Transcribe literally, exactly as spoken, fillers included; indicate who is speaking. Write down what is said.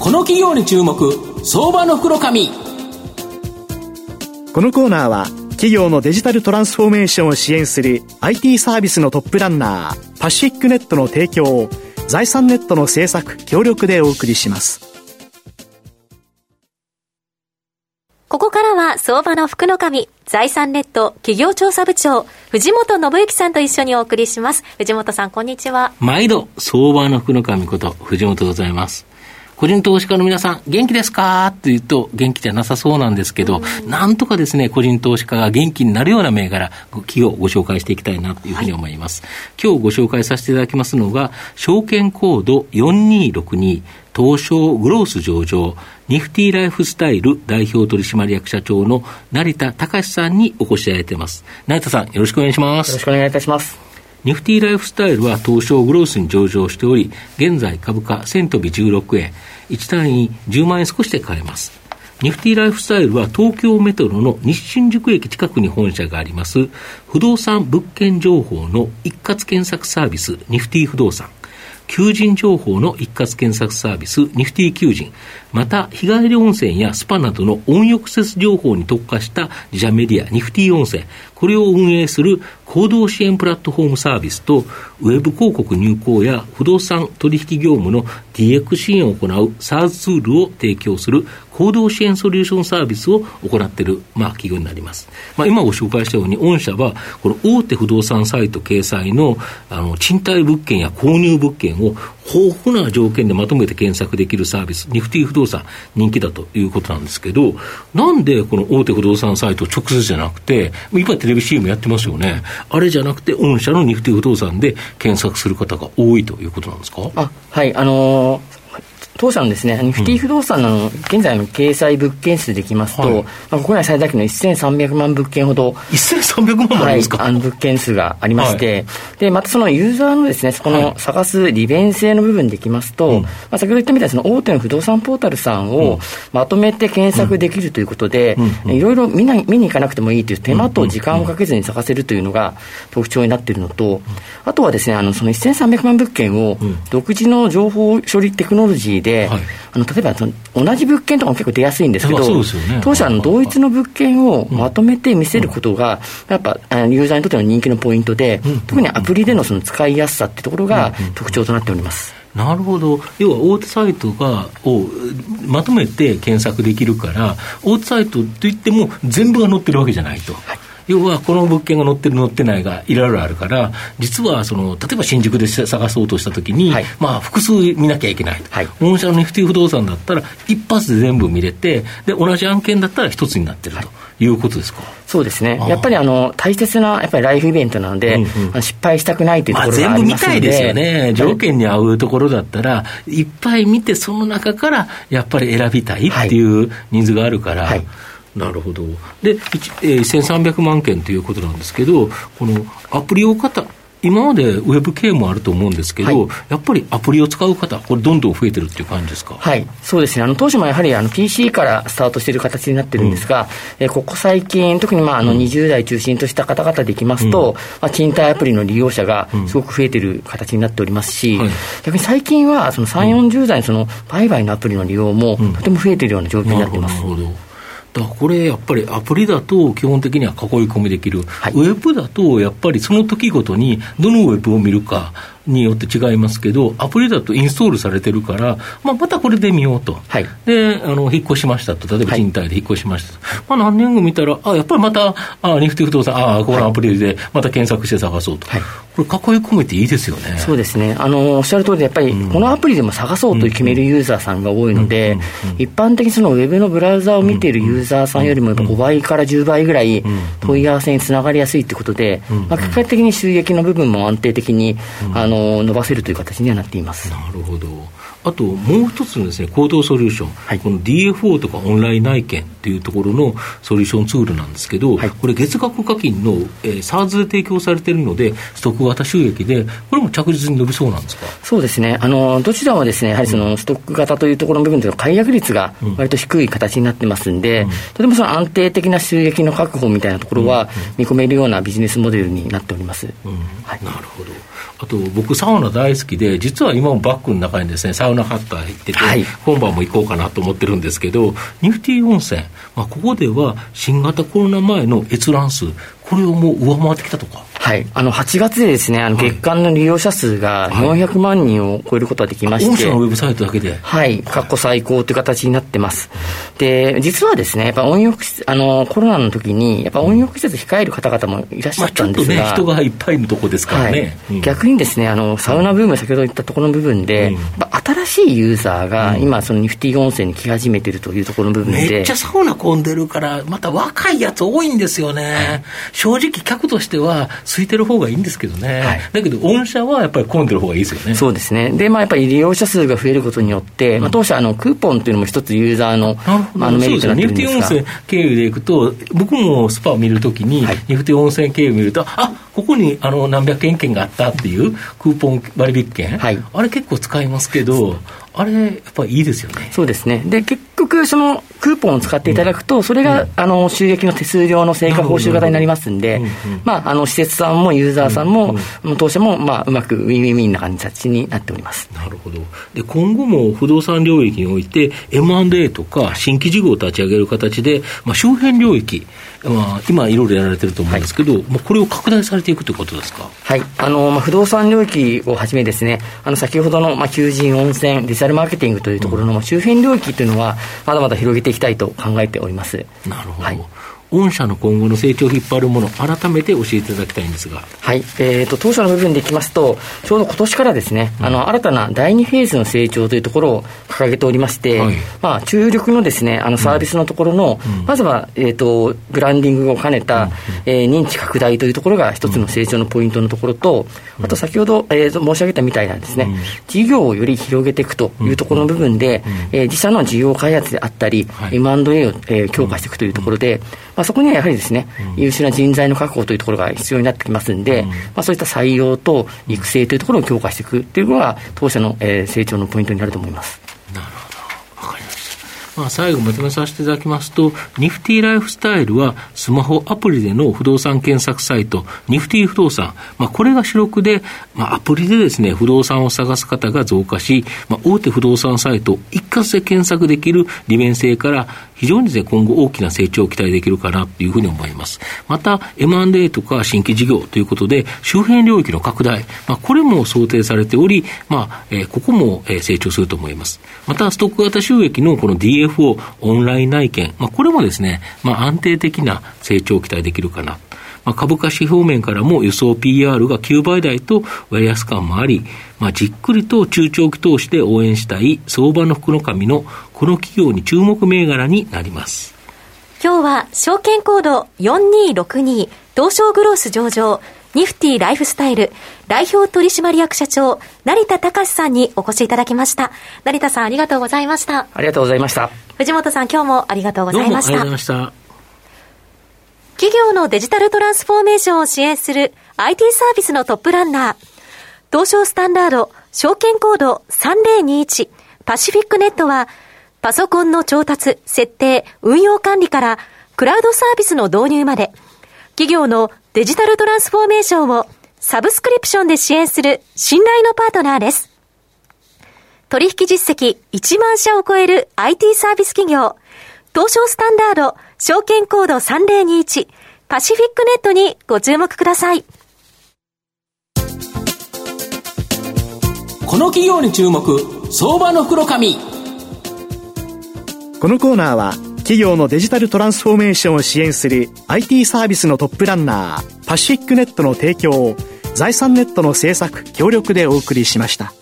Speaker 1: この企業に注目、相場の福の神。
Speaker 2: このコーナーは企業のデジタルトランスフォーメーションを支援する アイティー サービスのトップランナーパシフィックネットの提供を財産ネットの制作協力でお送りします。
Speaker 3: ここからは相場の福の神、財産ネット企業調査部長藤本信之さんと一緒にお送りします。藤本さん、こんにちは。
Speaker 4: 毎度相場の福の神こと藤本でございます。個人投資家の皆さん元気ですかって言うと元気じゃなさそうなんですけど、なんとかですね、個人投資家が元気になるような銘柄企業をご紹介していきたいなというふうに思います、はい、今日ご紹介させていただきますのが証券コードよんにーろくに東証グロース上場ニフティライフスタイル代表取締役社長の成田隆さんにお越しいただいています。成田さん、よろしくお願いします。
Speaker 5: よろしくお願いいたします。
Speaker 4: ニフティライフスタイルは東証グロースに上場しており、現在株価せん飛びじゅうろくえん、いち単位じゅうまんえん少しで買えます。ニフティライフスタイルは東京メトロの西新宿駅近くに本社があります不動産物件情報の一括検索サービスニフティ不動産、求人情報の一括検索サービスニフティ求人、また日帰り温泉やスパなどの温浴施設情報に特化した自社メディアニフティ温泉、これを運営する行動支援プラットフォームサービスとウェブ広告入稿や不動産取引業務の ディーエックス 支援を行う サーズ ツールを提供する行動支援ソリューションサービスを行っている、まあ、企業になります。まあ、今ご紹介したように御社はこの大手不動産サイト掲載の、あの賃貸物件や購入物件を豊富な条件でまとめて検索できるサービスニフティ不動産人気だということなんですけど、なんでこの大手不動産サイト直接じゃなくて、今テレビ シーエム やってますよね、あれじゃなくて御社のニフティ不動産で検索する方が多いということなんですか？
Speaker 5: あ、はい、あのー当社のですね、ニフティ不動産の現在の掲載物件数でいきますと、はい、まあ、国内最大級のせんさんびゃくまん物件ほど、
Speaker 4: せんさんびゃくまんもあるんですか？
Speaker 5: はい、あの物件数がありまして、はい、でまたそのユーザーのですね、そこの探す利便性の部分でいきますと、はい、まあ、先ほど言ったみたいにその大手の不動産ポータルさんをまとめて検索できるということで、いろいろ見な見に行かなくてもいいという手間と時間をかけずに探せるというのが特徴になっているのと、あとはですね、あのそのせんさんびゃくまん物件を独自の情報処理テクノロジーで、はい、あの例えばその同じ物件とかも結構出やすいんですけど、
Speaker 4: そうですよね、
Speaker 5: 当社の同一の物件をまとめて見せることがやっぱユーザーにとっての人気のポイントで、特にアプリでのその使いやすさってところが特徴となっております。
Speaker 4: なるほど。要は大手サイトがをまとめて検索できるから、大手サイトといっても全部が載ってるわけじゃないと、はい、要はこの物件が載ってる載ってないがいろいろあるから、実はその例えば新宿で探そうとしたときに、はい、まあ、複数見なきゃいけないと、はい、御社のニフティ不動産だったら一発で全部見れて、で同じ案件だったら一つになってるということですか？はい、
Speaker 5: そうですね。やっぱりあの大切なやっぱりライフイベントなので、うんうん、失敗したくないというところがありますので、まあ、全部見たいですよね。条件に合うところだったらいっぱい見て、その中からやっぱり選びたいっていうニーズがあるから、はいはい、なるほど。で、えー、せんさんびゃくまんけんということなんですけど、このアプリを方、今までウェブ系もあると思うんですけど、はい、やっぱりアプリを使う方、これどんどん増えてるっていう感じですか？ はい、そうですね。あの当初もやはりあの ピーシー からスタートしている形になってるんですが、うん、えー、ここ最近特にまああのにじゅう代中心とした方々でいきますと、うん、まあ、賃貸アプリの利用者がすごく増えている形になっておりますし、うん、はい、逆に最近はそのさんじゅう、よんじゅう代のその売買のアプリの利用もとても増えているような状況になっています。
Speaker 4: うん、なるほど。だからこれやっぱりアプリだと基本的には囲い込みできる、はい、ウェブだとやっぱりその時ごとにどのウェブを見るかによって違いますけど、アプリだとインストールされてるから、まあ、またこれで見ようと、はい、であの引っ越しましたと、例えば賃貸で引っ越しましたと、はい、まあ、何年後見たらあやっぱりまたあニフティ不動産あこのアプリでまた検索して探そうと、はい、これ囲い込めていいですよね。
Speaker 5: そうですね。あのおっしゃる通りでやっぱりこのアプリでも探そうと決めるユーザーさんが多いので、一般的にそのウェブのブラウザを見ているユーザーさんよりもやっぱごばいからじゅうばいぐらい問い合わせにつながりやすいということで、まあ、結果的に収益の部分も安定的にあの伸ばせるという形にはなっています。
Speaker 4: なるほど。あともう一つのですね、行動ソリューション、はい、この ディーエフオー とかオンライン内見というところのソリューションツールなんですけど、はい、これ月額課金の、えー、サーズ で提供されているのでストック型収益で、これも着実に伸びそうなんですか？
Speaker 5: そうですね。あのどちらもですね、やはりそのストック型というところの部分での解約率が割と低い形になってますんで、うん、とてもその安定的な収益の確保みたいなところは見込めるようなビジネスモデルになっております。
Speaker 4: うん、はい、なるほど。あと僕僕サウナ大好きで、実は今もバッグの中にですねサウナハット入ってて、はい、今晩も行こうかなと思ってるんですけど、ニフティ温泉、まあ、ここでは新型コロナ前の閲覧数、これをもう上回ってきたとか。
Speaker 5: はい、あのはちがつでですね、あの月間の利用者数がよんひゃくまんにんを超えることができまして、
Speaker 4: 御社のウェブサイトだけで、
Speaker 5: はい、過去最高という形になってます。で、実はですね、やっぱ温浴施設、あのコロナの時にやっぱ温浴施設控える方々もいらっしゃったんですが、
Speaker 4: まあ、ちょっとね、人がいっぱいいるとこですからね、はい
Speaker 5: うん、逆にですね、あのサウナブーム、先ほど言ったところの部分で、うん、やっぱ新しいユーザーが今そのニフティ温泉に来始めているというところの部分で、
Speaker 4: めっちゃサウナ混んでるから、また若いやつ多いんですよね、はい、正直客としては空いてる方がいいんですけどね、はい、だけど御社はやっぱり混んでる方がいいですよね。
Speaker 5: そうですね。で、まあ、やっぱり利用者数が増えることによって、うん、まあ、当社あのクーポンというのも一つユーザーの、まあ、のメリットになってるんですが、
Speaker 4: ニフティ温泉経由でいくと、僕もスパを見るときに、はい、ニフティ温泉経由見ると、あ、ここにあの何百円券があったっていうクーポン割引券、はい、あれ結構使いますけど、あれやっぱりいいですよね。
Speaker 5: そうですね。で、結局そのクーポンを使っていただくと、うん、それが、うん、あの収益の手数料の成果報酬型になりますんで、うんうん、まあ、あの施設さんもユーザーさんも、うんうん、当社も、まあ、うまくウィンウィンウィンな感じになっております。
Speaker 4: なるほど。で、今後も不動産領域において エムアンドエー とか新規事業を立ち上げる形で、まあ、周辺領域、まあ、今いろいろやられてると思うんですけど、はい、まあ、これを拡大されていくということですか。
Speaker 5: はい、あの、まあ、不動産領域をはじめですね、あの先ほどの、まあ、求人、温泉、デジタルマーケティングというところの、うん、周辺領域というのはまだまだ広げていきたいと考えております。
Speaker 4: なるほど、はい、御社の今後の成長を引っ張るもの、改めて教えていただきたいんですが。
Speaker 5: はい、えーと、当社の部分でいきますと、ちょうど今年からですね、うん、あの新たなだいにフェーズの成長というところを掲げておりまして、はい、まあ、注力のですね、あのサービスのところの、うん、まずは、えーと、ブランディングを兼ねた、うん、えー、認知拡大というところが一つの成長のポイントのところと、うん、あと先ほど、えーと、申し上げたみたいなんですね、うん、事業をより広げていくというところの部分で、うんうん、えー、自社の事業開発であったり、はい、エムアンドエー を、えー、強化していくというところで、うん、まあ、そこにはやはりですね、うん、優秀な人材の確保というところが必要になってきますので、うん、まあ、そういった採用と育成というところを強化していくというのが当社の、えー、成長のポイントになると思います。
Speaker 4: なるほど、わかりました。まあ、最後まとめさせていただきますと、ニフティライフスタイルはスマホアプリでの不動産検索サイトニフティ不動産、まあ、これが主力で、まあ、アプリでですね不動産を探す方が増加し、まあ、大手不動産サイト一括で検索できる利便性から非常にですね今後大きな成長を期待できるかなというふうに思います。また エムアンドエー とか新規事業ということで周辺領域の拡大、まあ、これも想定されており、まあえー、ここも、えー、成長すると思います。またストック型収益のこの ディーエフオー オンライン内見、まあ、これもですね、まあ、安定的な成長を期待できるかな。まあ、株価指標面からも予想 ピーアール がきゅうばい台と割安感もあり、まあ、じっくりと中長期投資で応援したい相場の福の神のこの企業に注目銘柄になります。
Speaker 3: 今日は証券コードよんにーろくに東証グロース上場ニフティライフスタイル代表取締役社長成田隆さんにお越しいただきました。成田さん、ありがとうございました。
Speaker 5: ありがとうございました。
Speaker 3: 藤本さん、今日もありがとうございました。
Speaker 4: どうもありがとうございました。
Speaker 3: 企業のデジタルトランスフォーメーションを支援する アイティー サービスのトップランナー、東証スタンダード証券コードさんぜろにいちパシフィックネットはパソコンの調達、設定、運用管理からクラウドサービスの導入まで企業のデジタルトランスフォーメーションをサブスクリプションで支援する信頼のパートナーです。取引実績いちまんしゃを超える アイティー サービス企業、東証スタンダード証券コードさんぜろにいちパシフィックネットにご注目ください。
Speaker 1: この企業に注目、相場の袋紙。
Speaker 2: このコーナーは企業のデジタルトランスフォーメーションを支援する アイティー サービスのトップランナーパシフィックネットの提供を財産ネットの制作協力でお送りしました。